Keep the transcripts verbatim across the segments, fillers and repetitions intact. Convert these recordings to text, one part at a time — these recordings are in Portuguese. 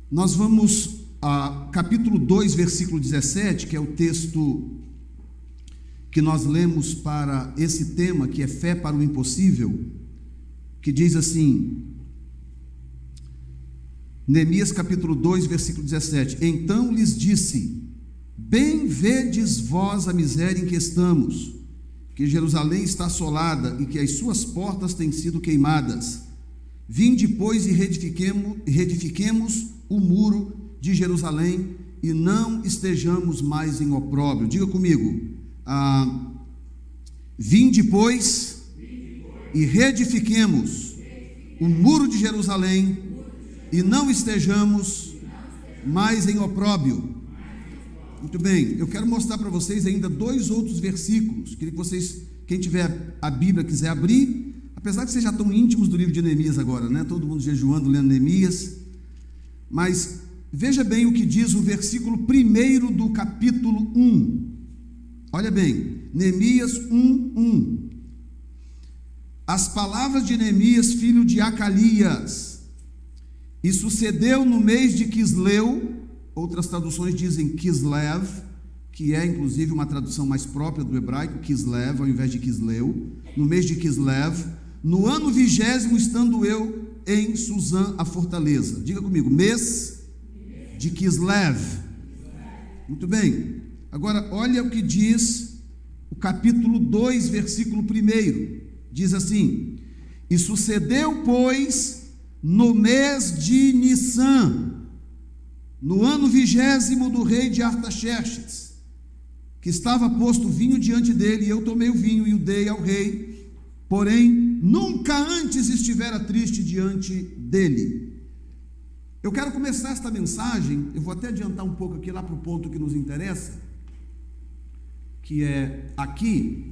Nós vamos a capítulo dois, versículo dezessete, que é o texto que nós lemos para esse tema, que é fé para o impossível, que diz assim, Neemias capítulo dois, versículo dezessete, então lhes disse, bem vedes vós a miséria em que estamos, que Jerusalém está assolada e que as suas portas têm sido queimadas. Vinde, pois, e reedifiquemos, reedifiquemos o muro de Jerusalém e não estejamos mais em opróbrio. Diga comigo, ah, vinde, pois, e reedifiquemos o muro de Jerusalém e não estejamos mais em opróbrio. Muito bem, eu quero mostrar para vocês ainda dois outros versículos. Queria que vocês, quem tiver a Bíblia quiser abrir, apesar que vocês já estão íntimos do livro de Neemias agora, né? Todo mundo jejuando, lendo Neemias. Mas veja bem o que diz o versículo primeiro do capítulo um. Olha bem, Neemias um, um. As palavras de Neemias, filho de Acalias. E sucedeu no mês de Quisleu, outras traduções dizem Kislev, que é inclusive uma tradução mais própria do hebraico, Kislev, ao invés de Quisleu, no mês de Kislev, no ano vigésimo, estando eu em Suzã, a fortaleza. Diga comigo, mês de Kislev. Muito bem. Agora, olha o que diz o capítulo dois, versículo um. Diz assim, e sucedeu, pois, no mês de Nissan, no ano vigésimo do rei de Artaxerxes, que estava posto vinho diante dele, e eu tomei o vinho e o dei ao rei, porém, nunca antes estivera triste diante dele. Eu quero começar esta mensagem, eu vou até adiantar um pouco aqui lá para o ponto que nos interessa, que é aqui,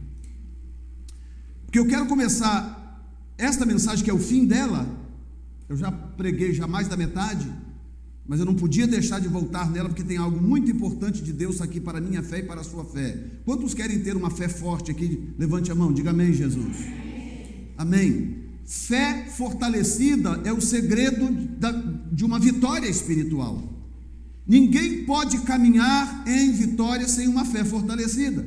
porque eu quero começar esta mensagem, que é o fim dela. Eu já preguei já mais da metade, mas eu não podia deixar de voltar nela, porque tem algo muito importante de Deus aqui para a minha fé e para a sua fé. Quantos querem ter uma fé forte aqui? Levante a mão, diga amém, Jesus. Amém. Fé fortalecida é o segredo da, de uma vitória espiritual. Ninguém pode caminhar em vitória sem uma fé fortalecida,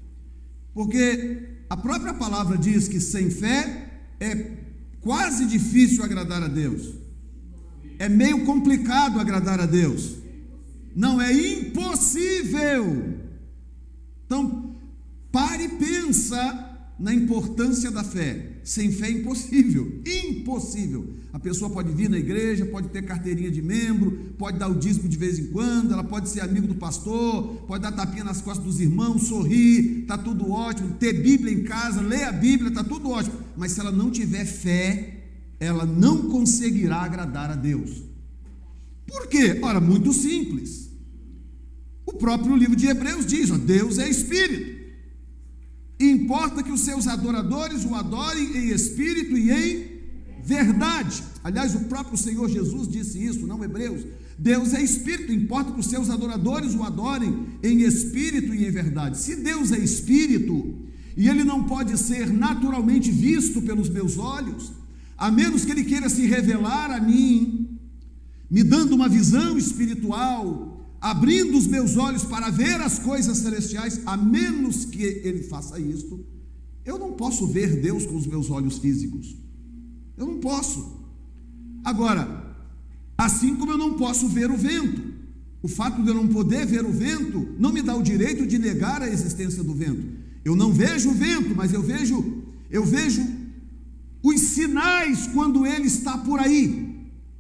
porque a própria palavra diz que sem fé é quase difícil agradar a Deus. É meio complicado agradar a Deus. Não, é impossível. Então, pare e pensa na importância da fé. Sem fé é impossível. Impossível. A pessoa pode vir na igreja, pode ter carteirinha de membro, pode dar o dízimo de vez em quando, ela pode ser amigo do pastor, pode dar tapinha nas costas dos irmãos, sorrir, está tudo ótimo, ter Bíblia em casa, ler a Bíblia, está tudo ótimo. Mas se ela não tiver fé, ela não conseguirá agradar a Deus. Por quê? Ora, muito simples. O próprio livro de Hebreus diz, ó, Deus é Espírito. E importa que os seus adoradores o adorem em Espírito e em verdade. Aliás, o próprio Senhor Jesus disse isso, não Hebreus. Deus é Espírito, importa que os seus adoradores o adorem em Espírito e em verdade. Se Deus é Espírito, e Ele não pode ser naturalmente visto pelos meus olhos, a menos que Ele queira se revelar a mim, me dando uma visão espiritual, abrindo os meus olhos para ver as coisas celestiais, a menos que Ele faça isto, eu não posso ver Deus com os meus olhos físicos. Eu não posso. Agora, assim como eu não posso ver o vento, o fato de eu não poder ver o vento não me dá o direito de negar a existência do vento. Eu não vejo o vento, mas eu vejo, eu vejo os sinais quando ele está por aí.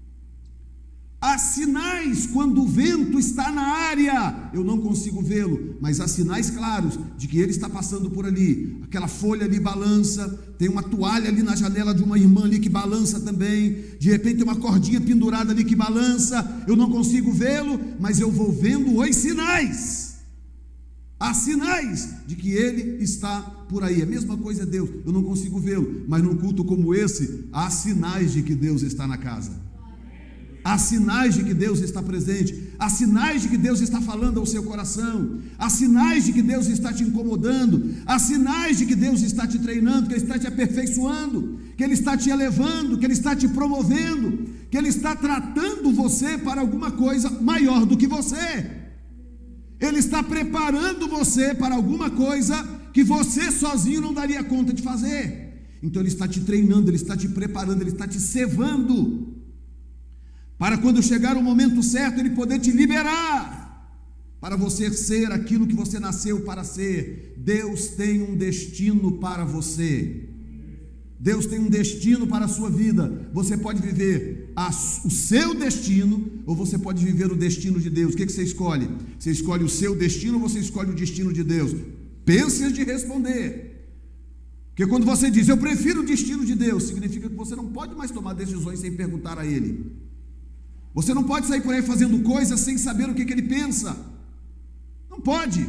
Há sinais quando o vento está na área, eu não consigo vê-lo, mas há sinais claros de que ele está passando por ali. Aquela folha ali balança, tem uma toalha ali na janela de uma irmã ali que balança também, de repente tem uma cordinha pendurada ali que balança, eu não consigo vê-lo, mas eu vou vendo os sinais. Há sinais de que ele está por aí. A mesma coisa é Deus, eu não consigo vê-lo, mas num culto como esse, há sinais de que Deus está na casa. Há sinais de que Deus está presente, há sinais de que Deus está falando ao seu coração, há sinais de que Deus está te incomodando, há sinais de que Deus está te treinando, que Ele está te aperfeiçoando, que Ele está te elevando, que Ele está te promovendo, que Ele está tratando você para alguma coisa maior do que você. Ele está preparando você para alguma coisa que você sozinho não daria conta de fazer. Então Ele está te treinando, Ele está te preparando, Ele está te cevando, para quando chegar o momento certo, Ele poder te liberar, para você ser aquilo que você nasceu para ser. Deus tem um destino para você. Deus tem um destino para a sua vida. Você pode viver a, o seu destino, ou você pode viver o destino de Deus. O que, que você escolhe? Você escolhe o seu destino ou você escolhe o destino de Deus? Pense antes de responder. Porque quando você diz, eu prefiro o destino de Deus, significa que você não pode mais tomar decisões sem perguntar a Ele. Você não pode sair por aí fazendo coisas sem saber o que, que Ele pensa. Não pode.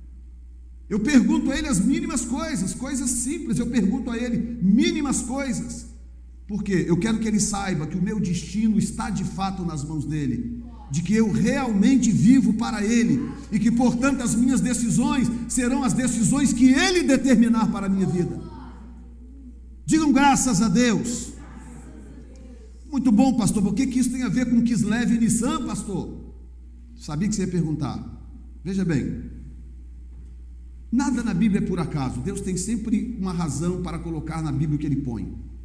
Eu pergunto a Ele as mínimas coisas, coisas simples, eu pergunto a Ele mínimas coisas. Por quê? Eu quero que Ele saiba que o meu destino está de fato nas mãos dEle, de que eu realmente vivo para Ele, e que portanto as minhas decisões serão as decisões que Ele determinar para a minha vida. Digam graças a Deus. Muito bom, pastor, o que, que isso tem a ver com Kislev e Nissan, pastor? Sabia que você ia perguntar. Veja bem, nada na Bíblia é por acaso. Deus tem sempre uma razão para colocar na Bíblia o que Ele põe.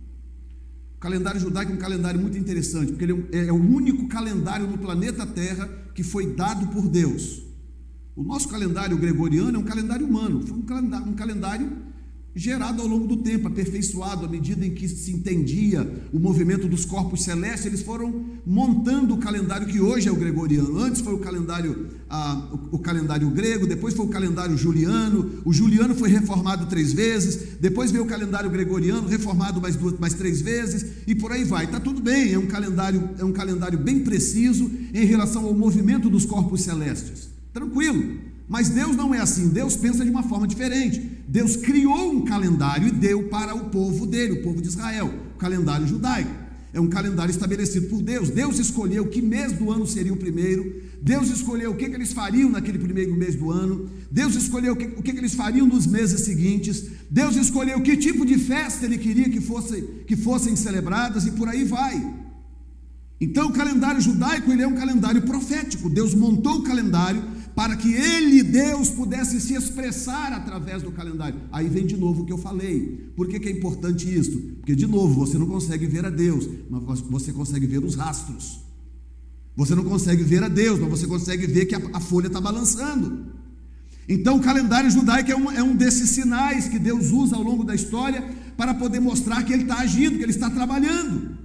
O calendário judaico é um calendário muito interessante, porque ele é o único calendário no planeta Terra que foi dado por Deus. O nosso calendário gregoriano é um calendário humano, foi um calendário, um calendário gerado ao longo do tempo, aperfeiçoado à medida em que se entendia o movimento dos corpos celestes. Eles foram montando o calendário que hoje é o gregoriano. Antes foi o calendário, ah, o, o calendário grego, depois foi o calendário juliano. O juliano foi reformado três vezes, depois veio o calendário gregoriano, reformado mais duas, mais três vezes, e por aí vai. Está tudo bem, é um calendário, é um calendário bem preciso em relação ao movimento dos corpos celestes. Tranquilo. Mas Deus não é assim. Deus pensa de uma forma diferente. Deus criou um calendário e deu para o povo dele, o povo de Israel, o calendário judaico. É um calendário estabelecido por Deus. Deus escolheu que mês do ano seria o primeiro. Deus escolheu o que, que eles fariam naquele primeiro mês do ano. Deus escolheu o que, o que, que eles fariam nos meses seguintes. Deus escolheu que tipo de festa Ele queria que, fosse, que fossem celebradas, e por aí vai. Então o calendário judaico, ele é um calendário profético. Deus montou o calendário para que Ele, Deus, pudesse se expressar através do calendário. Aí vem de novo o que eu falei. Por que, que é importante isso? Porque, de novo, você não consegue ver a Deus, mas você consegue ver os rastros. Você não consegue ver a Deus, mas você consegue ver que a, a folha está balançando. Então o calendário judaico é um, é um desses sinais que Deus usa ao longo da história para poder mostrar que Ele está agindo, que Ele está trabalhando.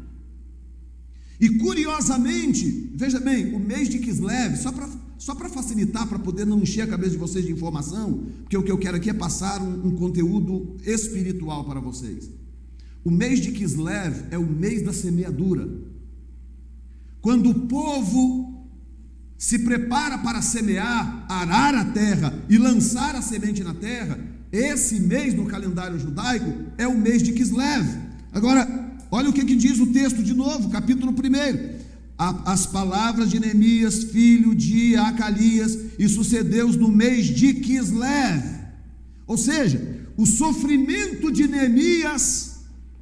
E curiosamente, veja bem, o mês de Kislev, só para só para facilitar, para poder não encher a cabeça de vocês de informação, porque o que eu quero aqui é passar um, um conteúdo espiritual para vocês. O mês de Kislev é o mês da semeadura. Quando o povo se prepara para semear, arar a terra e lançar a semente na terra, esse mês no calendário judaico é o mês de Kislev. Agora, olha o que, que diz o texto de novo, capítulo primeiro. As palavras de Neemias, filho de Acalias, e sucedeu no mês de Kislev. Ou seja, o sofrimento de Neemias,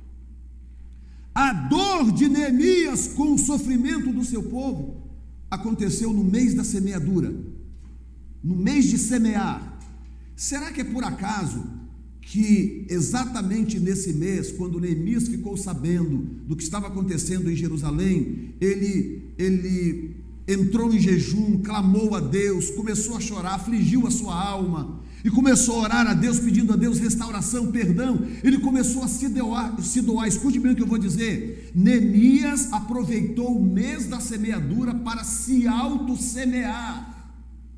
a dor de Neemias com o sofrimento do seu povo, aconteceu no mês da semeadura, no mês de semear. Será que é por acaso que exatamente nesse mês, quando Neemias ficou sabendo do que estava acontecendo em Jerusalém, ele, ele entrou em jejum, clamou a Deus, começou a chorar, afligiu a sua alma, e começou a orar a Deus, pedindo a Deus restauração, perdão. Ele começou a se doar, se doar. Escute bem o que eu vou dizer. Neemias aproveitou o mês da semeadura para se auto-semear.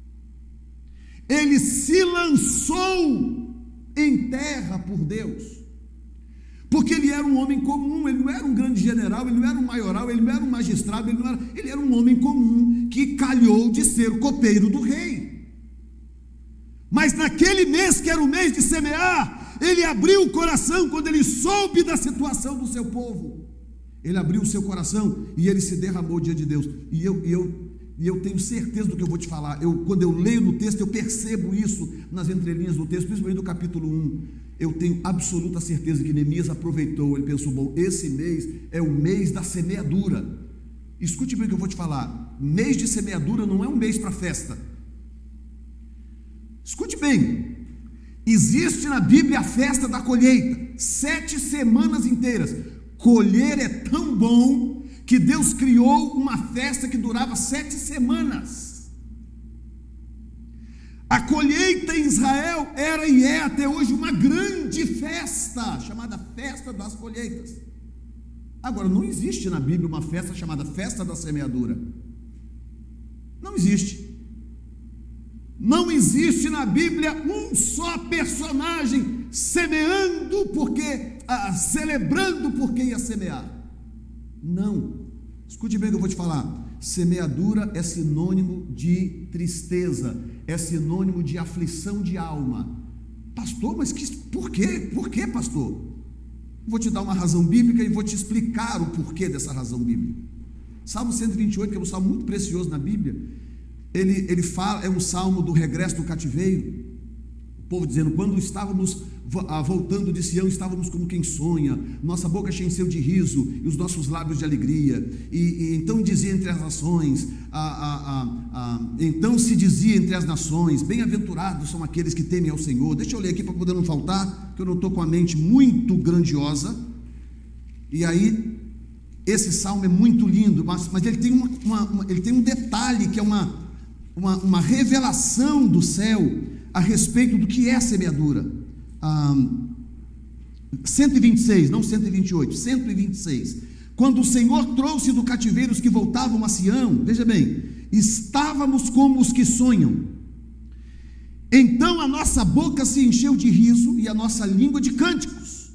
Ele se lançou em terra por Deus, porque ele era um homem comum. Ele não era um grande general, ele não era um maioral, ele não era um magistrado, ele, não era, ele era um homem comum que calhou de ser o copeiro do rei. Mas naquele mês, que era o mês de semear, ele abriu o coração. Quando ele soube da situação do seu povo, ele abriu o seu coração e ele se derramou diante de Deus. E eu, e eu E eu tenho certeza do que eu vou te falar. Eu, quando eu leio no texto, eu percebo isso nas entrelinhas do texto, principalmente do capítulo um. Eu tenho absoluta certeza que Neemias aproveitou. Ele pensou, bom, esse mês é o mês da semeadura. Escute bem o que eu vou te falar. Mês de semeadura não é um mês para festa. Escute bem. Existe na Bíblia a festa da colheita, sete semanas inteiras. Colher é tão bom que Deus criou uma festa que durava sete semanas. A colheita em Israel era e é até hoje uma grande festa, chamada Festa das Colheitas. Agora, não existe na Bíblia uma festa chamada Festa da Semeadura. Não existe. Não existe na Bíblia um só personagem semeando porque, ah, celebrando porque ia semear. Não. Escute bem o que eu vou te falar. Semeadura é sinônimo de tristeza, é sinônimo de aflição de alma. Pastor, mas que, por quê? Por quê, pastor? Vou te dar uma razão bíblica e vou te explicar o porquê dessa razão bíblica. Salmo cento e vinte e oito, que é um salmo muito precioso na Bíblia, ele, ele fala, é um salmo do regresso do cativeiro. O povo dizendo, quando estávamos voltando de Sião, estávamos como quem sonha, nossa boca se encheu de riso e os nossos lábios de alegria, e, e então dizia entre as nações, a, a, a, a, então se dizia entre as nações, bem-aventurados são aqueles que temem ao Senhor. Deixa eu ler aqui para poder não faltar, que eu não estou com a mente muito grandiosa. E aí, esse salmo é muito lindo, mas, mas ele, tem uma, uma, uma, ele tem um detalhe que é uma, uma, uma revelação do céu a respeito do que é semeadura. Ah, cento e vinte e seis, não cento e vinte e oito, cento e vinte e seis. Quando o Senhor trouxe do cativeiro os que voltavam a Sião, veja bem, estávamos como os que sonham. Então a nossa boca se encheu de riso e a nossa língua de cânticos.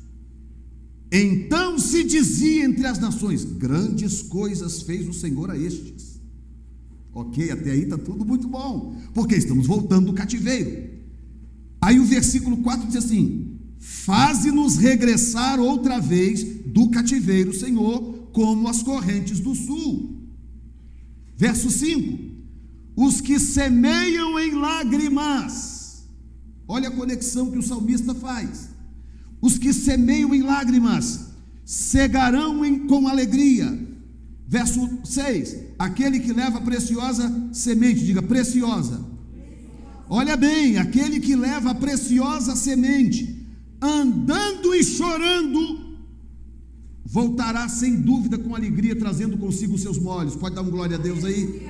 Então se dizia entre as nações, grandes coisas fez o Senhor a estes. Ok, até aí está tudo muito bom, porque estamos voltando do cativeiro. Aí o versículo quatro diz assim, faze-nos regressar outra vez do cativeiro, Senhor, como as correntes do sul. Verso cinco, os que semeiam em lágrimas, olha a conexão que o salmista faz, os que semeiam em lágrimas, cegarão em, com alegria. Verso seis, aquele que leva preciosa semente, diga preciosa. Olha bem, aquele que leva a preciosa semente, andando e chorando, voltará sem dúvida com alegria, trazendo consigo os seus molhos. Pode dar um glória a Deus aí?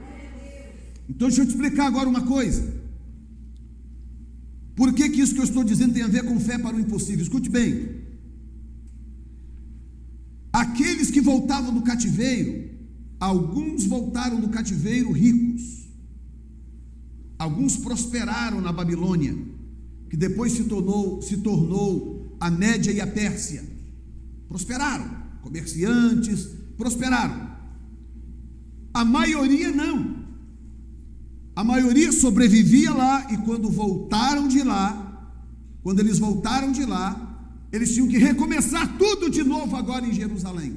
Então deixa eu te explicar agora uma coisa. Por que que isso que eu estou dizendo tem a ver com fé para o impossível? Escute bem. Aqueles que voltavam do cativeiro, alguns voltaram do cativeiro ricos, alguns prosperaram na Babilônia, que depois se tornou, se tornou a Média e a Pérsia. Prosperaram, comerciantes, prosperaram. A maioria não. A maioria sobrevivia lá, e quando voltaram de lá, quando eles voltaram de lá, eles tinham que recomeçar tudo de novo agora em Jerusalém.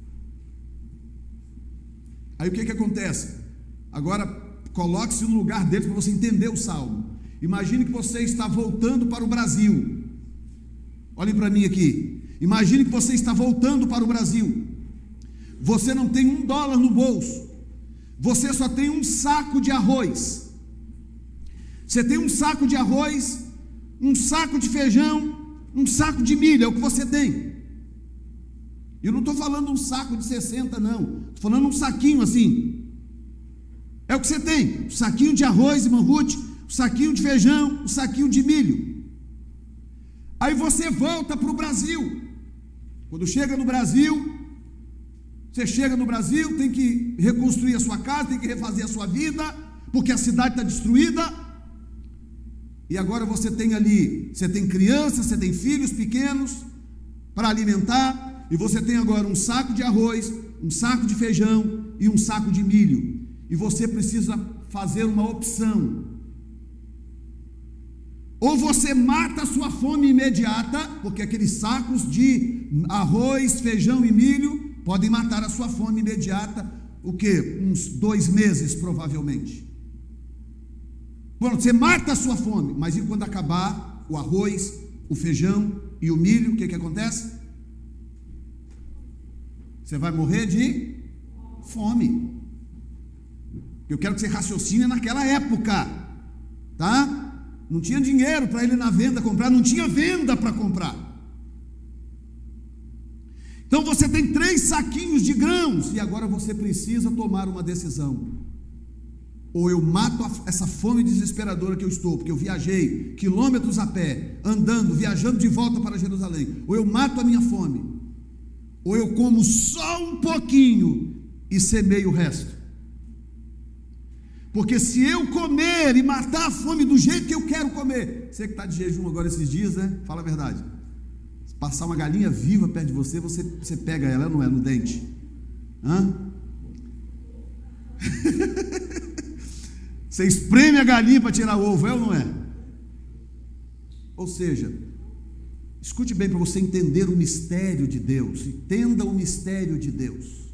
Aí o que que acontece? Agora coloque-se no lugar deles para você entender o salmo. Imagine que você está voltando para o Brasil. Olhem para mim aqui. Imagine que você está voltando para o Brasil. Você não tem um dólar no bolso. Você só tem um saco de arroz. Você tem um saco de arroz, um saco de feijão, um saco de milho, é o que você tem. Eu não estou falando um saco de sessenta, não. Estou falando um saquinho assim. É o que você tem. Um saquinho de arroz, irmã Ruth, um saquinho de feijão, um saquinho de milho. Aí você volta para o Brasil. Quando chega no Brasil, você chega no Brasil, tem que reconstruir a sua casa, tem que refazer a sua vida, porque a cidade está destruída. E agora você tem ali, você tem crianças, você tem filhos pequenos para alimentar, e você tem agora um saco de arroz, um saco de feijão e um saco de milho. E você precisa fazer uma opção. Ou você mata a sua fome imediata, porque aqueles sacos de arroz, feijão e milho podem matar a sua fome imediata, o quê? Uns dois meses provavelmente. Bom, você mata a sua fome, mas e quando acabar o arroz, o feijão e o milho, o que que acontece? Você vai morrer de fome. Eu quero que você raciocine naquela época, tá? Não tinha dinheiro para ele ir na venda comprar, não tinha venda para comprar. Então você tem três saquinhos de grãos e agora você precisa tomar uma decisão. Ou eu mato essa fome desesperadora que eu estou, porque eu viajei quilômetros a pé, andando, viajando de volta para Jerusalém. Ou eu mato a minha fome, ou eu como só um pouquinho e semeio o resto. Porque se eu comer e matar a fome do jeito que eu quero comer, você que está de jejum agora esses dias, né? Fala a verdade. Se passar uma galinha viva perto de você, você, você pega ela, não é? No dente. Hã? Você espreme a galinha para tirar o ovo, é ou não é? Ou seja, escute bem para você entender o mistério de Deus. Entenda o mistério de Deus.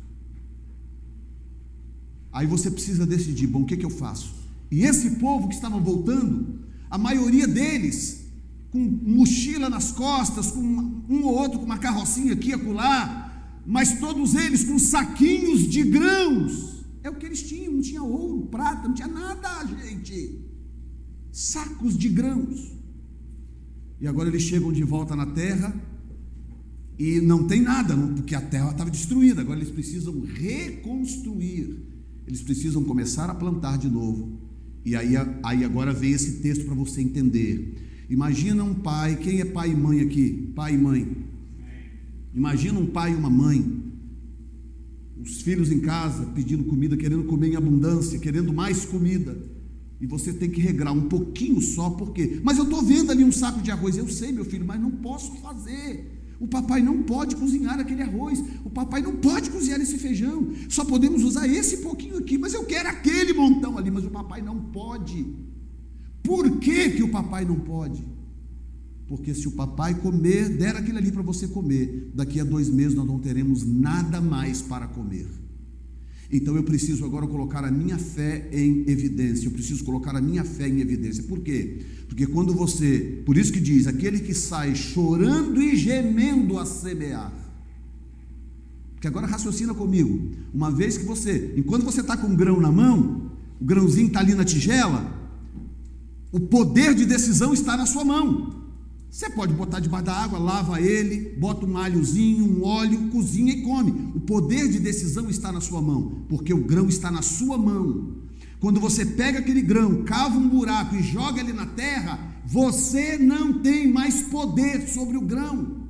Aí você precisa decidir, bom, o que, que eu faço? E esse povo que estava voltando, a maioria deles, com mochila nas costas, com um ou outro com uma carrocinha aqui, acolá, mas todos eles com saquinhos de grãos. É o que eles tinham, não tinha ouro, prata, não tinha nada, gente. Sacos de grãos. E agora eles chegam de volta na terra e não tem nada, porque a terra estava destruída. Agora eles precisam reconstruir. Eles precisam começar a plantar de novo. E aí, aí agora vem esse texto para você entender. Imagina um pai, quem é pai e mãe aqui? Pai e mãe. Imagina um pai e uma mãe. Os filhos em casa pedindo comida, querendo comer em abundância, querendo mais comida. E você tem que regrar um pouquinho só, por quê? Mas eu estou vendo ali um saco de arroz. Eu sei, meu filho, mas não posso fazer. O papai não pode cozinhar aquele arroz. O papai não pode cozinhar esse feijão. Só podemos usar esse pouquinho aqui. Mas eu quero aquele montão ali. Mas o papai não pode. Por que que o papai não pode? Porque se o papai comer, der aquilo ali para você comer, daqui a dois meses nós não teremos nada mais para comer. Então eu preciso agora colocar a minha fé em evidência. Eu preciso colocar a minha fé em evidência. Por quê? Porque quando você, por isso que diz, aquele que sai chorando e gemendo a semear. Porque agora raciocina comigo. Uma vez que você, enquanto você está com um grão na mão, o grãozinho está ali na tigela, o poder de decisão está na sua mão. Você pode botar debaixo da água, lava ele, bota um alhozinho, um óleo, cozinha e come. O poder de decisão está na sua mão, porque o grão está na sua mão. Quando você pega aquele grão, cava um buraco e joga ele na terra, você não tem mais poder sobre o grão.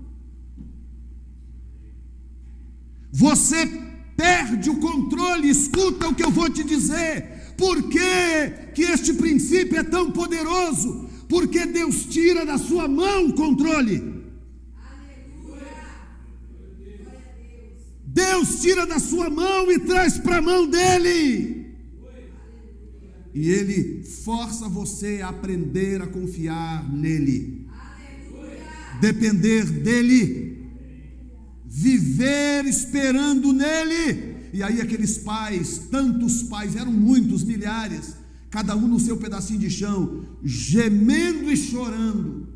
Você perde o controle. Escuta o que eu vou te dizer. Por que que este princípio é tão poderoso? Porque Deus tira da sua mão o controle. Aleluia. Deus tira da sua mão e traz para a mão dele. E ele força você a aprender a confiar nele. Aleluia. Depender dele. Viver esperando nele. E aí aqueles pais, tantos pais, eram muitos, milhares, cada um no seu pedacinho de chão, gemendo e chorando,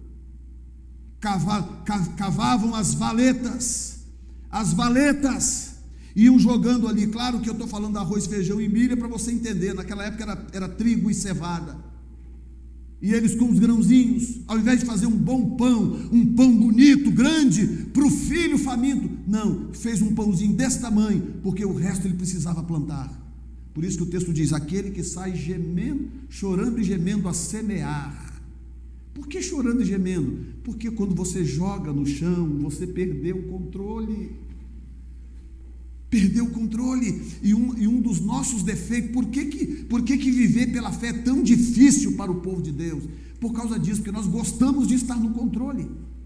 cavavam as valetas, as valetas, iam jogando ali. Claro que eu estou falando de arroz, feijão e milho para você entender. Naquela época era, era trigo e cevada, e eles com os grãozinhos, ao invés de fazer um bom pão, um pão bonito, grande, para o filho faminto, não, fez um pãozinho desse tamanho, porque o resto ele precisava plantar. Por isso que o texto diz, aquele que sai gemendo, chorando e gemendo a semear. Por que chorando e gemendo? Porque quando você joga no chão, você perdeu o controle. Perdeu o controle. E um, e um dos nossos defeitos, por que que, por que que viver pela fé é tão difícil para o povo de Deus? Por causa disso, porque nós gostamos de estar no controle.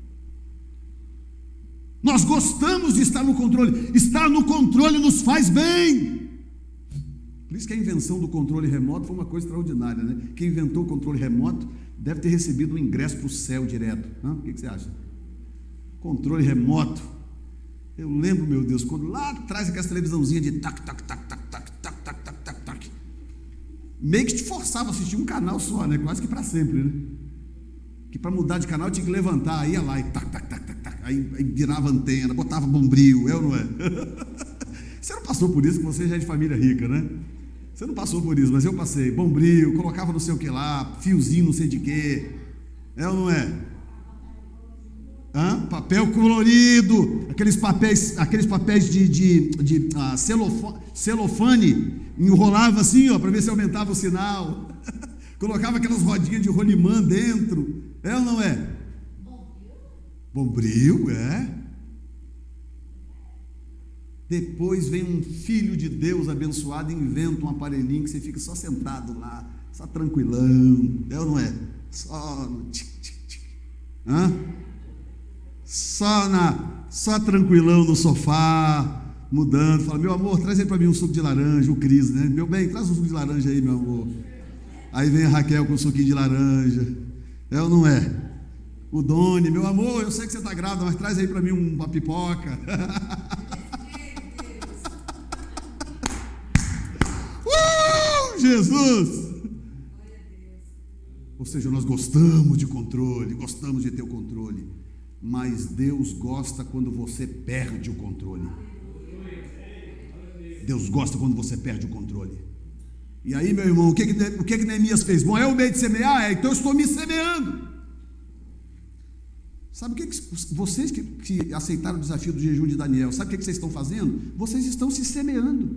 Nós gostamos de estar no controle. Estar no controle nos faz bem. Por isso que a invenção do controle remoto foi uma coisa extraordinária, né? Quem inventou o controle remoto deve ter recebido um ingresso para o céu direto, não? O que você acha? Controle remoto. Eu lembro, meu Deus, quando lá atrás aquela televisãozinha de tac, tac, tac, tac, tac, tac, tac, tac, tac, tac, meio que te forçava a assistir um canal só, né? Quase que para sempre, né? Que para mudar de canal tinha que levantar, ia lá e tac, tac, tac, tac, tac, aí, aí virava antena, botava bombril, é ou não é? Você não passou passou por isso, que você já é de família rica, né? Você não passou por isso, mas eu passei. Bombril, colocava não sei o que lá, fiozinho não sei de quê. É ou não é? Hã? Papel colorido, aqueles papéis, aqueles papéis de, de, de ah, celofane, celofane, enrolava assim, ó, para ver se aumentava o sinal. Colocava aquelas rodinhas de rolimã dentro. É ou não é? Bombril, é. Depois vem um filho de Deus abençoado e inventa um aparelhinho que você fica só sentado lá, só tranquilão. É ou não é? Só no tic, tic, tic. Hã? Só, na, só tranquilão no sofá, mudando. Fala, meu amor, traz aí para mim um suco de laranja, o Cris, né? Meu bem, traz um suco de laranja aí, meu amor. Aí vem a Raquel com um suquinho de laranja. É ou não é? O Doni, meu amor, eu sei que você está grávida, mas traz aí para mim uma pipoca. uh, Jesus! Ou seja, nós gostamos de controle, gostamos de ter o controle, mas Deus gosta quando você perde o controle. Deus gosta quando você perde o controle. E aí, meu irmão, o que que, o que, que Neemias fez? Bom, é o meio de semear? É, então eu estou me semeando. Sabe o que, que vocês que, que aceitaram o desafio do jejum de Daniel, sabe o que, que vocês estão fazendo? Vocês estão se semeando.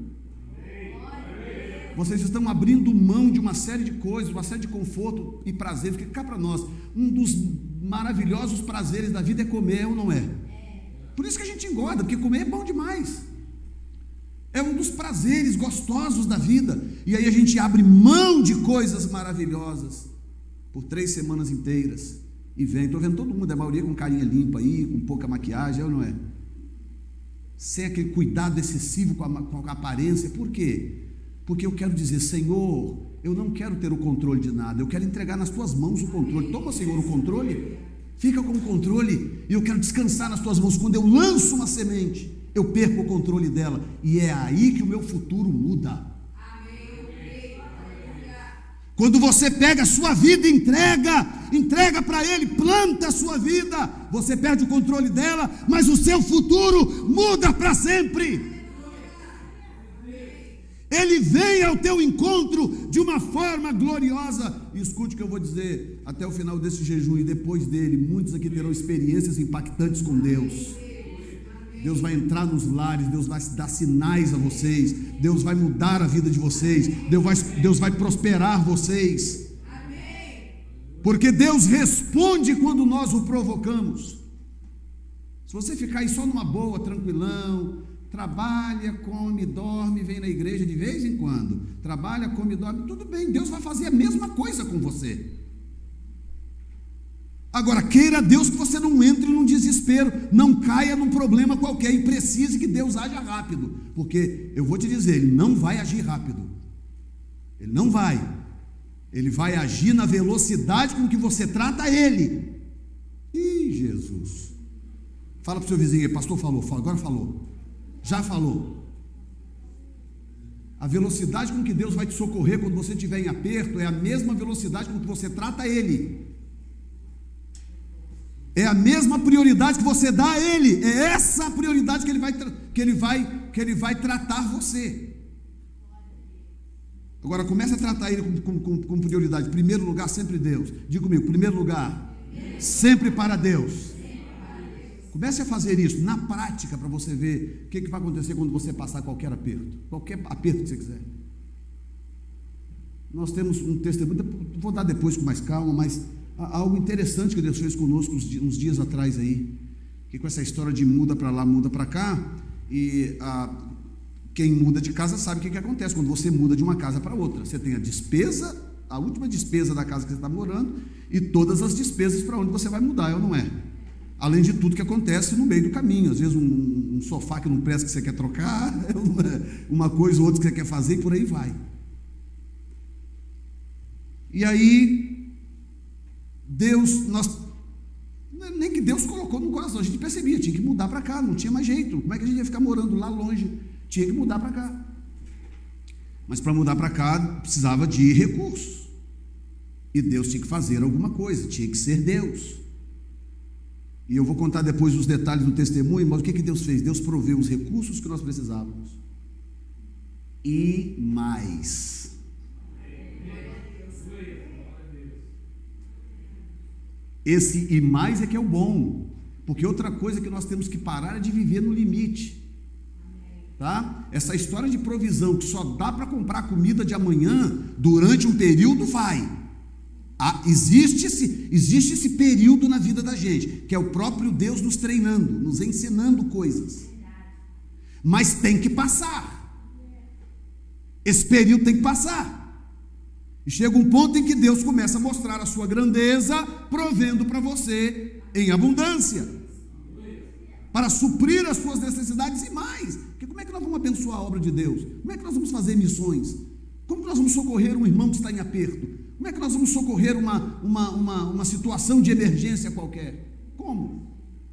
Vocês estão abrindo mão de uma série de coisas, uma série de conforto e prazeres, porque cá para nós, um dos maravilhosos prazeres da vida é comer, ou não é? Por isso que a gente engorda, porque comer é bom demais. É um dos prazeres gostosos da vida. E aí a gente abre mão de coisas maravilhosas por três semanas inteiras. E vem, estou vendo todo mundo, a maioria com carinha limpa aí, com pouca maquiagem, é ou não é? Sem aquele cuidado excessivo com a, com a aparência. Por quê? Porque eu quero dizer, Senhor, eu não quero ter o controle de nada, eu quero entregar nas tuas mãos o controle. Toma, Senhor, o controle, fica com o controle, e eu quero descansar nas tuas mãos. Quando eu lanço uma semente, eu perco o controle dela, e é aí que o meu futuro muda. Quando você pega a sua vida e entrega, entrega para Ele, planta a sua vida, você perde o controle dela, mas o seu futuro muda para sempre. Ele vem ao teu encontro de uma forma gloriosa. E escute o que eu vou dizer, até o final desse jejum e depois dele, muitos aqui terão experiências impactantes com Deus. Deus vai entrar nos lares, Deus vai dar sinais a vocês, Deus vai mudar a vida de vocês, Deus vai, Deus vai prosperar vocês. Porque Deus responde quando nós o provocamos. Se você ficar aí só numa boa, tranquilão, trabalha, come, dorme, vem na igreja de vez em quando, trabalha, come, dorme, tudo bem, Deus vai fazer a mesma coisa com você. Agora, queira Deus que você não entre num desespero, não caia num problema qualquer e precise que Deus haja rápido, porque eu vou te dizer, Ele não vai agir rápido, Ele não vai, Ele vai agir na velocidade com que você trata Ele. Ih, Jesus, fala para o seu vizinho aí, pastor falou, agora falou, já falou. A velocidade com que Deus vai te socorrer quando você estiver em aperto é a mesma velocidade com que você trata Ele. É a mesma prioridade que você dá a Ele. É essa a prioridade que Ele vai, que ele vai, que ele vai tratar você. Agora comece a tratar Ele com, com, com prioridade. Primeiro lugar, sempre Deus. Diga comigo, primeiro lugar, sempre para Deus. Comece a fazer isso na prática para você ver o que, que vai acontecer quando você passar qualquer aperto. Qualquer aperto que você quiser. Nós temos um testemunho, vou dar depois com mais calma, mas algo interessante que Deus fez conosco uns dias, uns dias atrás aí, que com essa história de muda para lá, muda para cá, e a, quem muda de casa sabe o que, que acontece quando você muda de uma casa para outra. Você tem a despesa, a última despesa da casa que você está morando, e todas as despesas para onde você vai mudar, é ou não é? Além de tudo que acontece no meio do caminho, às vezes um, um sofá que não presta que você quer trocar, uma coisa ou outra que você quer fazer, e por aí vai. E aí Deus, nós, nem que Deus colocou no coração, a gente percebia, tinha que mudar para cá, não tinha mais jeito, como é que a gente ia ficar morando lá longe? Tinha que mudar para cá. Mas para mudar para cá, precisava de recursos, e Deus tinha que fazer alguma coisa, tinha que ser Deus. E eu vou contar depois os detalhes do testemunho, mas o que, que Deus fez? Deus proveu os recursos que nós precisávamos. e mais. Esse e mais é que é o bom, porque outra coisa que nós temos que parar é de viver no limite. Tá? Essa história de provisão que só dá para comprar comida de amanhã durante um período, vai. Ah, existe, esse, existe esse período na vida da gente, que é o próprio Deus nos treinando, nos ensinando coisas. Mas tem que passar. Esse período tem que passar. E chega um ponto em que Deus começa a mostrar a sua grandeza, provendo para você em abundância, para suprir as suas necessidades e mais. Porque como é que nós vamos abençoar a obra de Deus? Como é que nós vamos fazer missões? Como que nós vamos socorrer um irmão que está em aperto? Como é que nós vamos socorrer uma, uma, uma, uma situação de emergência qualquer? Como?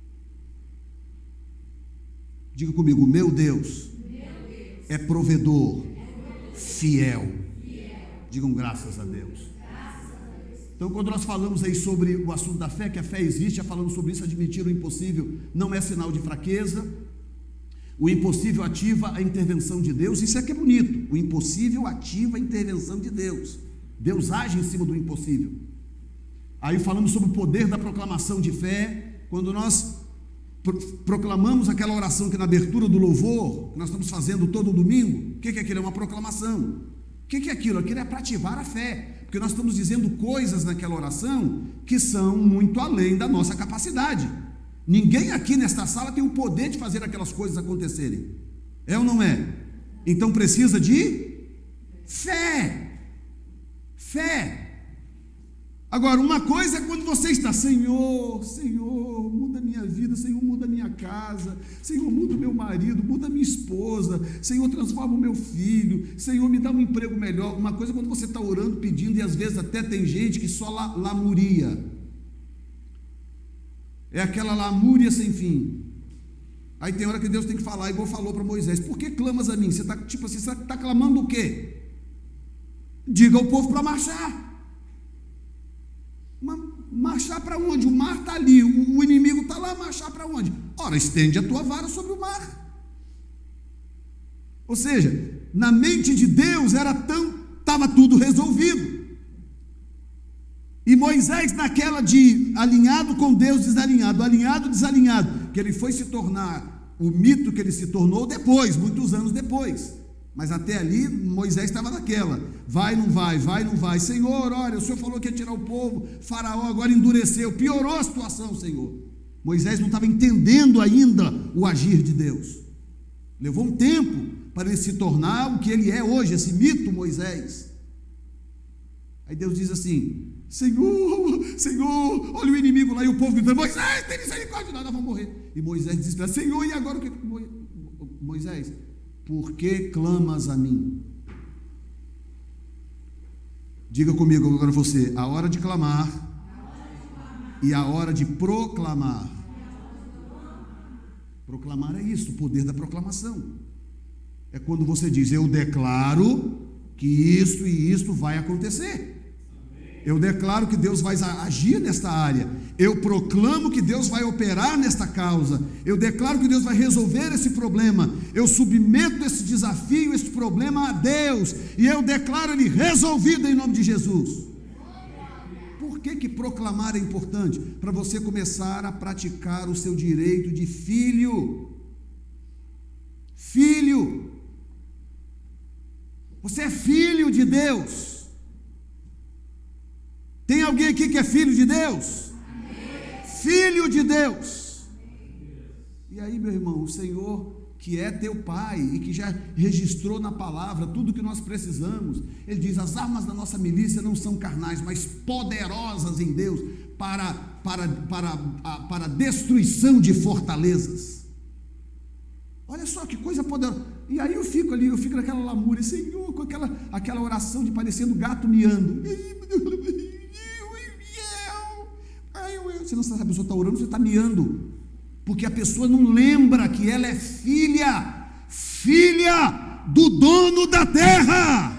Diga comigo, meu Deus, meu Deus é provedor, é provedor fiel. fiel. Digam graças a Deus. Então, quando nós falamos aí sobre o assunto da fé, que a fé existe, já falamos sobre isso, admitir o impossível não é sinal de fraqueza. O impossível ativa a intervenção de Deus, isso é que é bonito. O impossível ativa a intervenção de Deus. Deus age em cima do impossível. Aí falamos sobre o poder da proclamação de fé. Quando nós pro- proclamamos aquela oração que na abertura do louvor, que nós estamos fazendo todo domingo, o que, que é aquilo? É uma proclamação. O que, que é aquilo? Aquilo é para ativar a fé. Porque nós estamos dizendo coisas naquela oração que são muito além da nossa capacidade. Ninguém aqui nesta sala tem o poder de fazer aquelas coisas acontecerem. É ou não é? Então precisa de fé. Fé. Agora, uma coisa é quando você está, Senhor, Senhor, muda a minha vida, Senhor, muda a minha casa, Senhor, muda o meu marido, muda a minha esposa, Senhor, transforma o meu filho, Senhor, me dá um emprego melhor. Uma coisa é quando você está orando, pedindo, e às vezes até tem gente que só la, lamuria. É aquela lamúria sem fim. Aí tem hora que Deus tem que falar, igual falou para Moisés, por que clamas a mim? Você está tipo assim, você está clamando o quê? Diga ao povo para marchar. Marchar para onde? O mar está ali, o inimigo está lá, marchar para onde? Ora, estende a tua vara sobre o mar. Ou seja, na mente de Deus era tão, estava tudo resolvido. E Moisés naquela de alinhado com Deus, desalinhado, alinhado, desalinhado, que ele foi se tornar o mito que ele se tornou depois, muitos anos depois. Mas até ali Moisés estava naquela, vai, não vai, vai, não vai, Senhor, olha, o Senhor falou que ia tirar o povo, Faraó agora endureceu, piorou a situação, Senhor. Moisés não estava entendendo ainda o agir de Deus, levou um tempo para ele se tornar o que ele é hoje, esse mito Moisés. Aí Deus diz assim, Senhor, Senhor, olha o inimigo lá, e o povo gritando, Moisés, tem misericórdia, nós vamos morrer. E Moisés disse, Senhor, e agora o que? Moisés, por que clamas a mim? Diga comigo agora você, a hora de clamar, a hora de clamar. E a hora de proclamar. Proclamar é isso, o poder da proclamação. É quando você diz, eu declaro que isto e isto vai acontecer. Eu declaro que Deus vai agir nesta área. Eu proclamo que Deus vai operar nesta causa. Eu declaro que Deus vai resolver esse problema. Eu submeto esse desafio, esse problema a Deus. E eu declaro ele resolvido em nome de Jesus. Por que que proclamar é importante? Para você começar a praticar o seu direito de filho. Filho. Você é filho de Deus. Tem alguém aqui que é filho de Deus? Amém. Filho de Deus. Amém. E aí, meu irmão, o Senhor, que é teu Pai e que já registrou na palavra tudo que nós precisamos, Ele diz, as armas da nossa milícia não são carnais, mas poderosas em Deus para, para, para, para, para a destruição de fortalezas. Olha só que coisa poderosa. E aí eu fico ali, eu fico naquela lamúria, Senhor, com aquela, aquela oração de parecendo gato miando. Você não sabe, a pessoa está orando, você está miando, porque a pessoa não lembra que ela é filha, filha do dono da terra,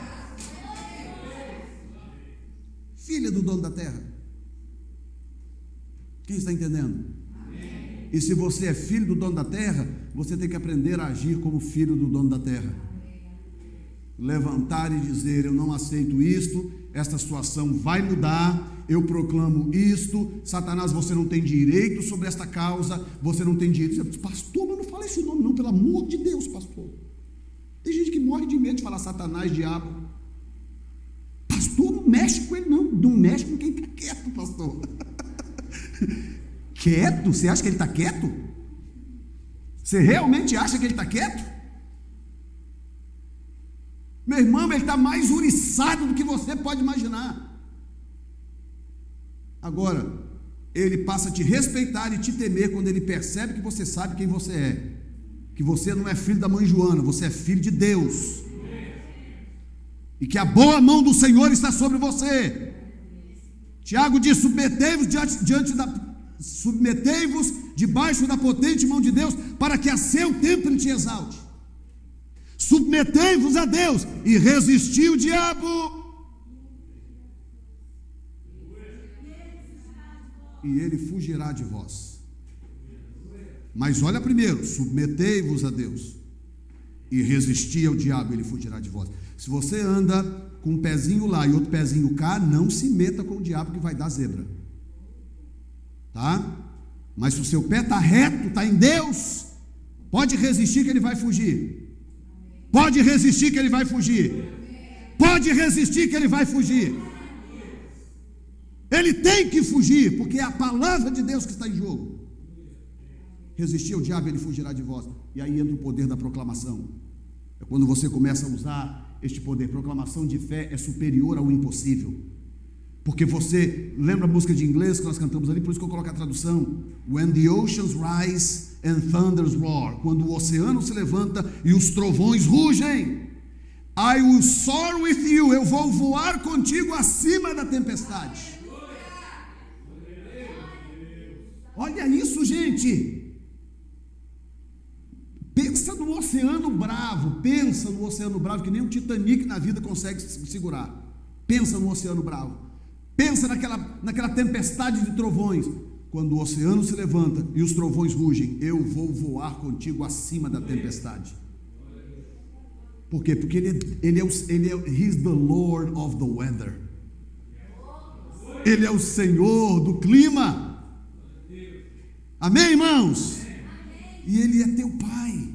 filha do dono da terra. Quem está entendendo? Amém. E se você é filho do dono da terra, você tem que aprender a agir como filho do dono da terra. levantar e dizer: eu não aceito isto, esta situação vai mudar, eu proclamo isto, Satanás, você não tem direito sobre esta causa, você não tem direito. Pastor, mas não fala esse nome não, pelo amor de Deus, pastor. Tem gente que morre de medo de falar Satanás, diabo. Pastor, não mexe com ele não, não mexe com quem está quieto, pastor. Quieto? Você acha que ele está quieto? Você realmente acha que ele está quieto? Meu irmão, ele está mais uriçado do que você pode imaginar. Agora, ele passa a te respeitar e te temer quando ele percebe que você sabe quem você é, que você não é filho da mãe Joana, você é filho de Deus, e que a boa mão do Senhor está sobre você. Tiago diz: submetei-vos diante, diante da submetei-vos debaixo da potente mão de Deus, para que a seu tempo ele te exalte. Submetei-vos a Deus e resisti o diabo, e ele fugirá de vós. Mas olha primeiro: submetei-vos a Deus e resisti ao diabo, ele fugirá de vós. Se você anda com um pezinho lá e outro pezinho cá, não se meta com o diabo, que vai dar zebra, tá? Mas se o seu pé está reto, está em Deus, pode resistir que ele vai fugir. Pode resistir que ele vai fugir. Pode resistir que ele vai fugir. Ele tem que fugir, porque é a palavra de Deus que está em jogo. Resistir ao diabo, ele fugirá de vós. E aí entra o poder da proclamação. É quando você começa a usar este poder. Proclamação de fé é superior ao impossível. Porque você, lembra a música de inglês que nós cantamos ali? Por isso que eu coloco a tradução: When the oceans rise and thunders roar. Quando o oceano se levanta e os trovões rugem. I will soar with you. Eu vou voar contigo acima da tempestade. Olha isso, gente. Pensa no oceano bravo. Pensa no oceano bravo, que nem um Titanic na vida consegue segurar. Pensa no oceano bravo. Pensa naquela, naquela tempestade de trovões. Quando o oceano se levanta e os trovões rugem, eu vou voar contigo acima da tempestade. Por quê? Porque ele, ele é o, ele é, he's the Lord of the weather. Ele é o Senhor do clima. Amém, irmãos? E ele é teu Pai.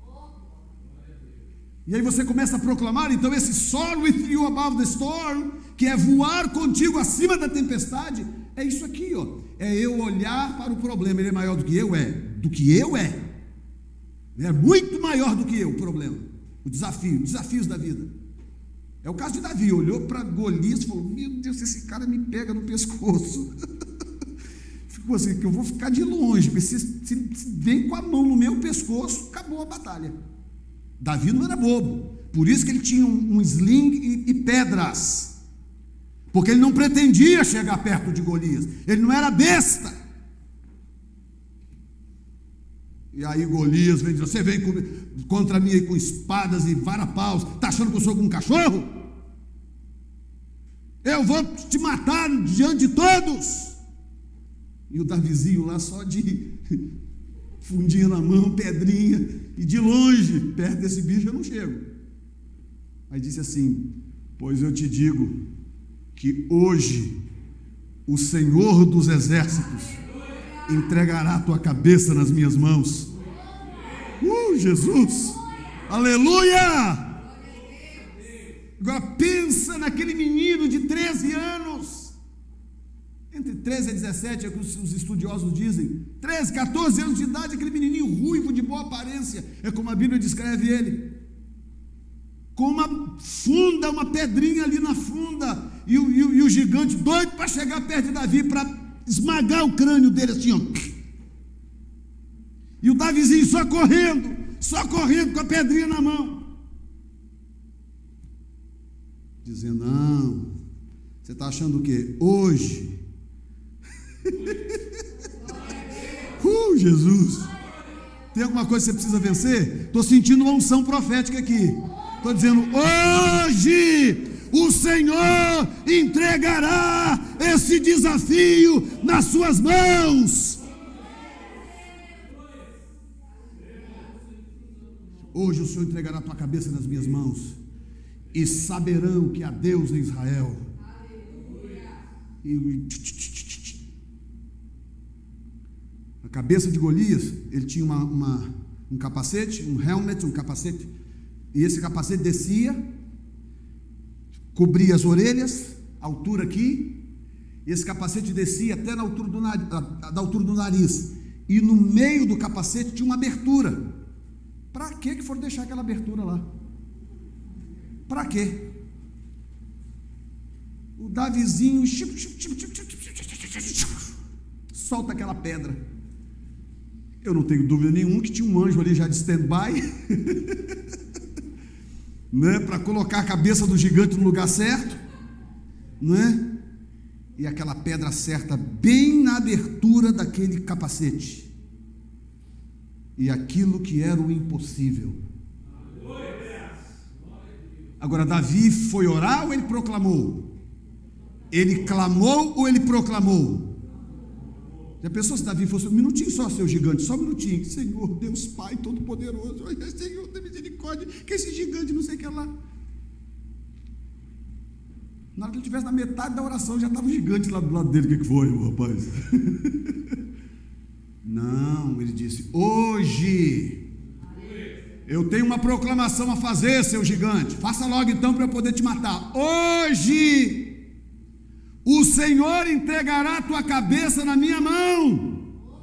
E aí você começa a proclamar, então, esse soar with you above the storm, que é voar contigo acima da tempestade, é isso aqui, ó. É eu olhar para o problema. Ele é maior do que eu? É. Do que eu é. Ele é muito maior do que eu, o problema. O desafio, desafios da vida. É o caso de Davi. Olhou para Golias e falou: meu Deus, esse cara me pega no pescoço. Ficou assim, que eu vou ficar de longe, porque se, se, se vem com a mão no meu pescoço, acabou a batalha. Davi não era bobo. Por isso que ele tinha um, um sling e, e pedras. Porque ele não pretendia chegar perto de Golias. Ele não era besta. E aí Golias vem dizer: você vem com, contra mim aí com espadas e varapaus, está achando que eu sou um cachorro? Eu vou te matar diante de todos. E o Davizinho lá só de fundinha na mão, pedrinha, e de longe, perto desse bicho eu não chego. Aí disse assim: pois eu te digo que hoje o Senhor dos exércitos entregará a tua cabeça nas minhas mãos. Uh, Jesus! Aleluia! Agora pensa naquele menino de treze anos, entre treze e dezessete, é o que os estudiosos dizem, treze, catorze anos de idade, aquele menininho ruivo, de boa aparência, é como a Bíblia descreve ele, com uma funda, uma pedrinha ali na funda, e o, e o, e o gigante doido para chegar perto de Davi, para esmagar o crânio dele assim, ó. E o Davizinho só correndo, só correndo com a pedrinha na mão, dizendo: não, você está achando o quê? Hoje, uh, Jesus, tem alguma coisa que você precisa vencer? Estou sentindo uma unção profética aqui. Estou dizendo: hoje o Senhor entregará esse desafio nas suas mãos. Hoje o Senhor entregará a tua cabeça nas minhas mãos. e saberão que há Deus em Israel. E a cabeça de Golias, ele tinha uma, uma, um capacete, um helmet, um capacete, e esse capacete descia, cobria as orelhas, a altura aqui, e esse capacete descia até na altura do nariz, da altura do nariz, e no meio do capacete tinha uma abertura. Para que que foram deixar aquela abertura lá? Para quê? O Davizinho solta aquela pedra. Eu não tenho dúvida nenhuma que tinha um anjo ali já de stand-by, né, para colocar a cabeça do gigante no lugar certo, né? E aquela pedra acerta bem na abertura daquele capacete. E aquilo que era o impossível. Agora, Davi foi orar ou ele proclamou? Ele clamou ou ele proclamou? Já pensou se Davi fosse um minutinho só, seu gigante, só um minutinho, Senhor Deus Pai Todo-Poderoso, olha, Senhor, tem misericórdia, que esse gigante não sei o que lá. Na hora que ele estivesse na metade da oração, já estava o gigante lá do lado dele. O que, que foi, rapaz? Não, ele disse: hoje eu tenho uma proclamação a fazer, seu gigante. Faça logo então para eu poder te matar. Hoje o Senhor entregará a tua cabeça na minha mão.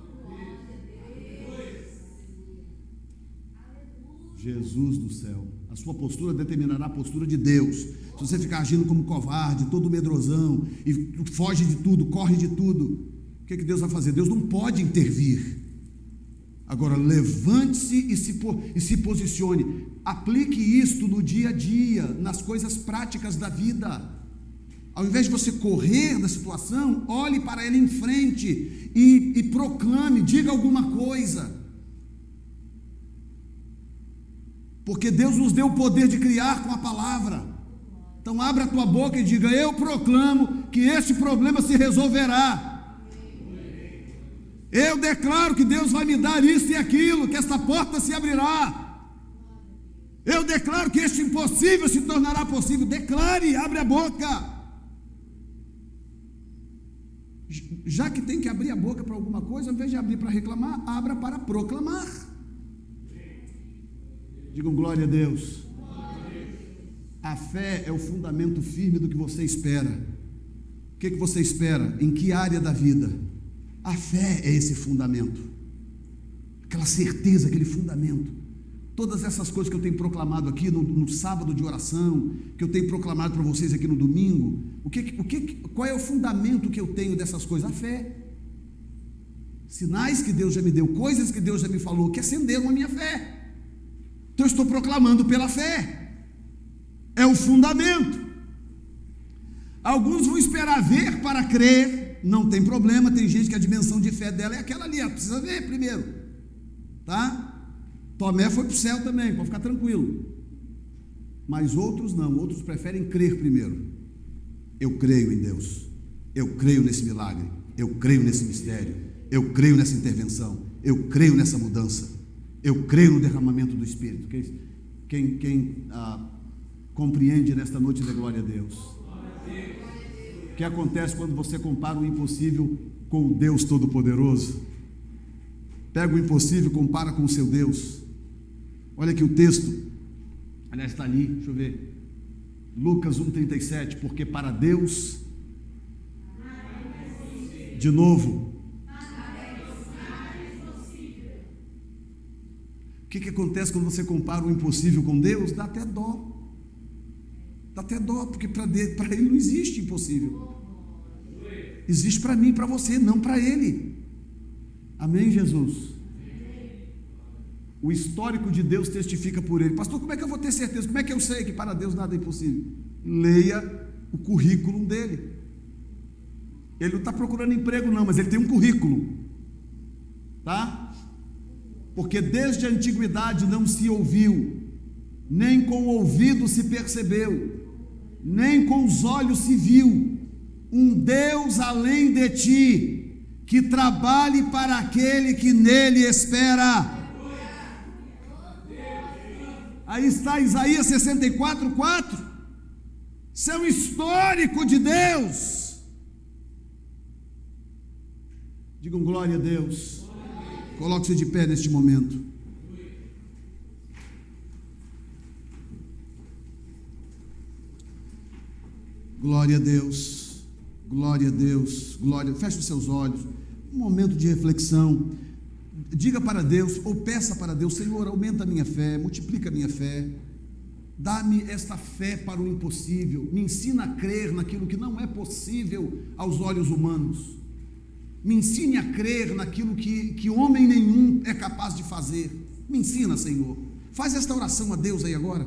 Jesus do céu, a sua postura determinará a postura de Deus. Se você ficar agindo como covarde, todo medrosão, e foge de tudo, corre de tudo, o que, que Deus vai fazer? Deus não pode intervir. Agora, levante-se e se, e se posicione. Aplique isto no dia a dia, nas coisas práticas da vida. Ao invés de você correr da situação, olhe para ela em frente e, e proclame, diga alguma coisa. Porque Deus nos deu o poder de criar com a palavra. Então abra a tua boca e diga: eu proclamo que este problema se resolverá. Eu declaro que Deus vai me dar isso e aquilo, que esta porta se abrirá. Eu declaro que este impossível se tornará possível. Declare, abre a boca. Já que tem que abrir a boca para alguma coisa, ao invés de abrir para reclamar, abra para proclamar. Digam glória a Deus. A fé é o fundamento firme do que você espera. O que, que você espera? Em que área da vida? A fé é esse fundamento, aquela certeza, aquele fundamento. Todas essas coisas que eu tenho proclamado aqui no, no sábado de oração, que eu tenho proclamado para vocês aqui no domingo, o que, o que, qual é o fundamento que eu tenho dessas coisas? A fé. Sinais que Deus já me deu, coisas que Deus já me falou, que acenderam a minha fé. Então eu estou proclamando pela fé. É o fundamento. Alguns vão esperar ver para crer. Não tem problema, tem gente que a dimensão de fé dela é aquela ali, ela precisa ver primeiro, tá? Tomé foi para o céu também, pode ficar tranquilo. Mas outros não, outros preferem crer primeiro. Eu creio em Deus, eu creio nesse milagre, eu creio nesse mistério, eu creio nessa intervenção, eu creio nessa mudança, eu creio no derramamento do Espírito. Quem, quem, quem ah, compreende nesta noite, dê glória a Deus. O que acontece quando você compara o impossível com o Deus Todo-Poderoso? Pega o impossível e compara com o seu Deus. Olha aqui o texto, aliás está ali, deixa eu ver, Lucas um, trinta e sete, porque para Deus, de novo, o que, que acontece quando você compara o impossível com Deus? Dá até dó. Dá até dó, porque para ele não existe impossível. Existe para mim e para você, não para ele. Amém, Jesus? O histórico de Deus testifica por ele. Pastor, como é que eu vou ter certeza? Como é que eu sei que para Deus nada é impossível? Leia o currículo dele. Ele não está procurando emprego não, mas ele tem um currículo, tá? Porque desde a antiguidade não se ouviu, nem com o ouvido se percebeu, nem com os olhos se viu, um Deus além de ti, que trabalhe para aquele que nele espera. Aí está Isaías sessenta e quatro, quatro. Isso é um histórico de Deus. Digam glória a Deus. Coloque-se de pé neste momento. Glória a Deus, glória a Deus, glória. Feche os seus olhos. Um momento de reflexão. Diga para Deus, ou peça para Deus: Senhor, aumenta a minha fé, multiplica a minha fé. Dá-me esta fé para o impossível. Me ensina a crer naquilo que não é possível aos olhos humanos. Me ensine a crer naquilo que, que homem nenhum é capaz de fazer. Me ensina, Senhor. Faz esta oração a Deus aí agora.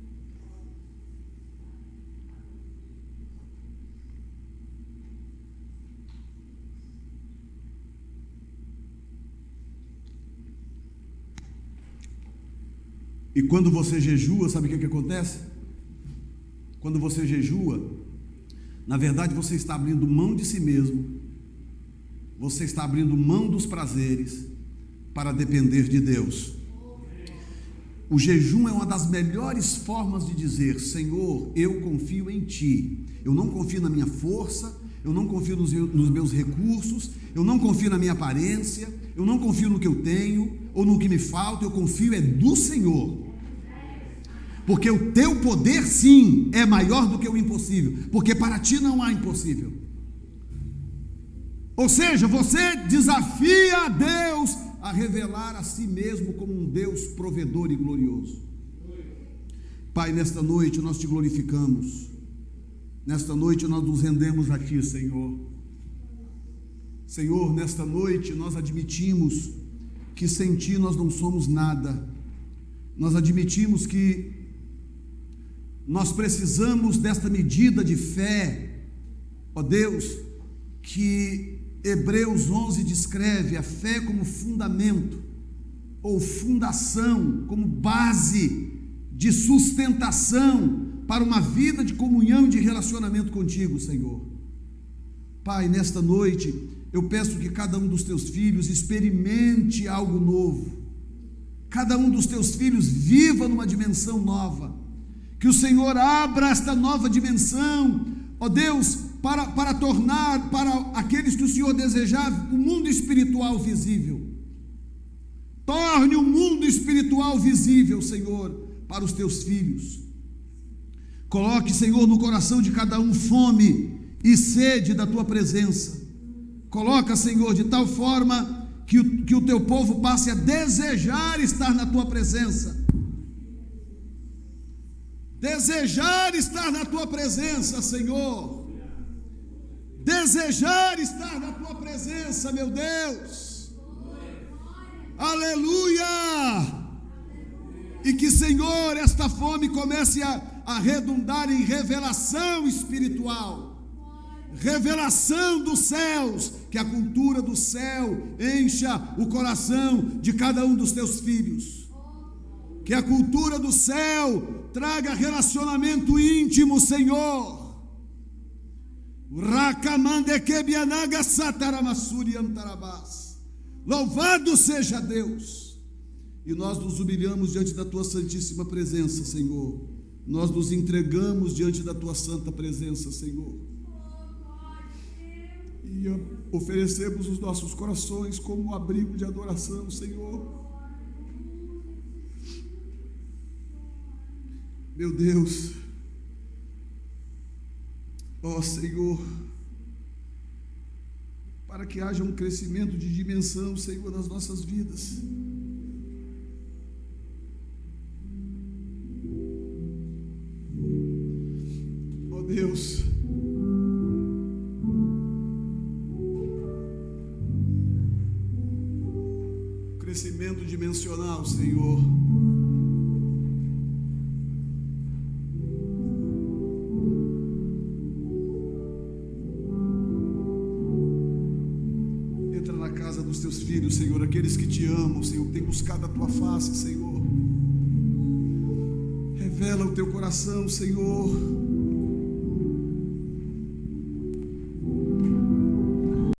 E quando você jejua, sabe o que, que acontece? Quando você jejua, na verdade você está abrindo mão de si mesmo, você está abrindo mão dos prazeres para depender de Deus. O jejum é uma das melhores formas de dizer: Senhor, eu confio em Ti. Eu não confio na minha força, eu não confio nos, nos meus recursos, eu não confio na minha aparência, eu não confio no que eu tenho ou no que me falta, eu confio é do Senhor. Porque o teu poder, sim, é maior do que o impossível, porque para ti não há impossível. Ou seja, você desafia a Deus a revelar a si mesmo como um Deus provedor e glorioso. Pai, nesta noite nós te glorificamos, nesta noite nós nos rendemos a ti, Senhor. Senhor, nesta noite nós admitimos que sem ti nós não somos nada. Nós admitimos que nós precisamos desta medida de fé, ó Deus, que Hebreus onze descreve: a fé como fundamento, ou fundação, como base de sustentação para uma vida de comunhão e de relacionamento contigo, Senhor. Pai, nesta noite, eu peço que cada um dos teus filhos experimente algo novo, cada um dos teus filhos viva numa dimensão nova, que o Senhor abra esta nova dimensão, ó Deus, para, para tornar para aqueles que o Senhor desejar o mundo espiritual visível. Torne o mundo espiritual visível, Senhor, para os teus filhos. Coloque, Senhor, no coração de cada um fome e sede da tua presença. Coloca, Senhor, de tal forma que o, que o teu povo passe a desejar estar na tua presença. Desejar estar na tua presença, Senhor. Desejar estar na tua presença, meu Deus. Aleluia! E que, Senhor, esta fome comece a, a redundar em revelação espiritual, revelação dos céus, que a cultura do céu encha o coração de cada um dos teus filhos. Que a cultura do céu traga relacionamento íntimo, Senhor. Louvado seja Deus. E nós nos humilhamos diante da tua santíssima presença, Senhor. Nós nos entregamos diante da tua santa presença, Senhor. E oferecemos os nossos corações como abrigo de adoração, Senhor. Meu Deus, ó Senhor, para que haja um crescimento de dimensão, Senhor, nas nossas vidas. Ó Deus, crescimento dimensional, Senhor. Dos teus filhos, Senhor, aqueles que te amam, Senhor, que têm buscado a tua face, Senhor. Revela o teu coração, Senhor.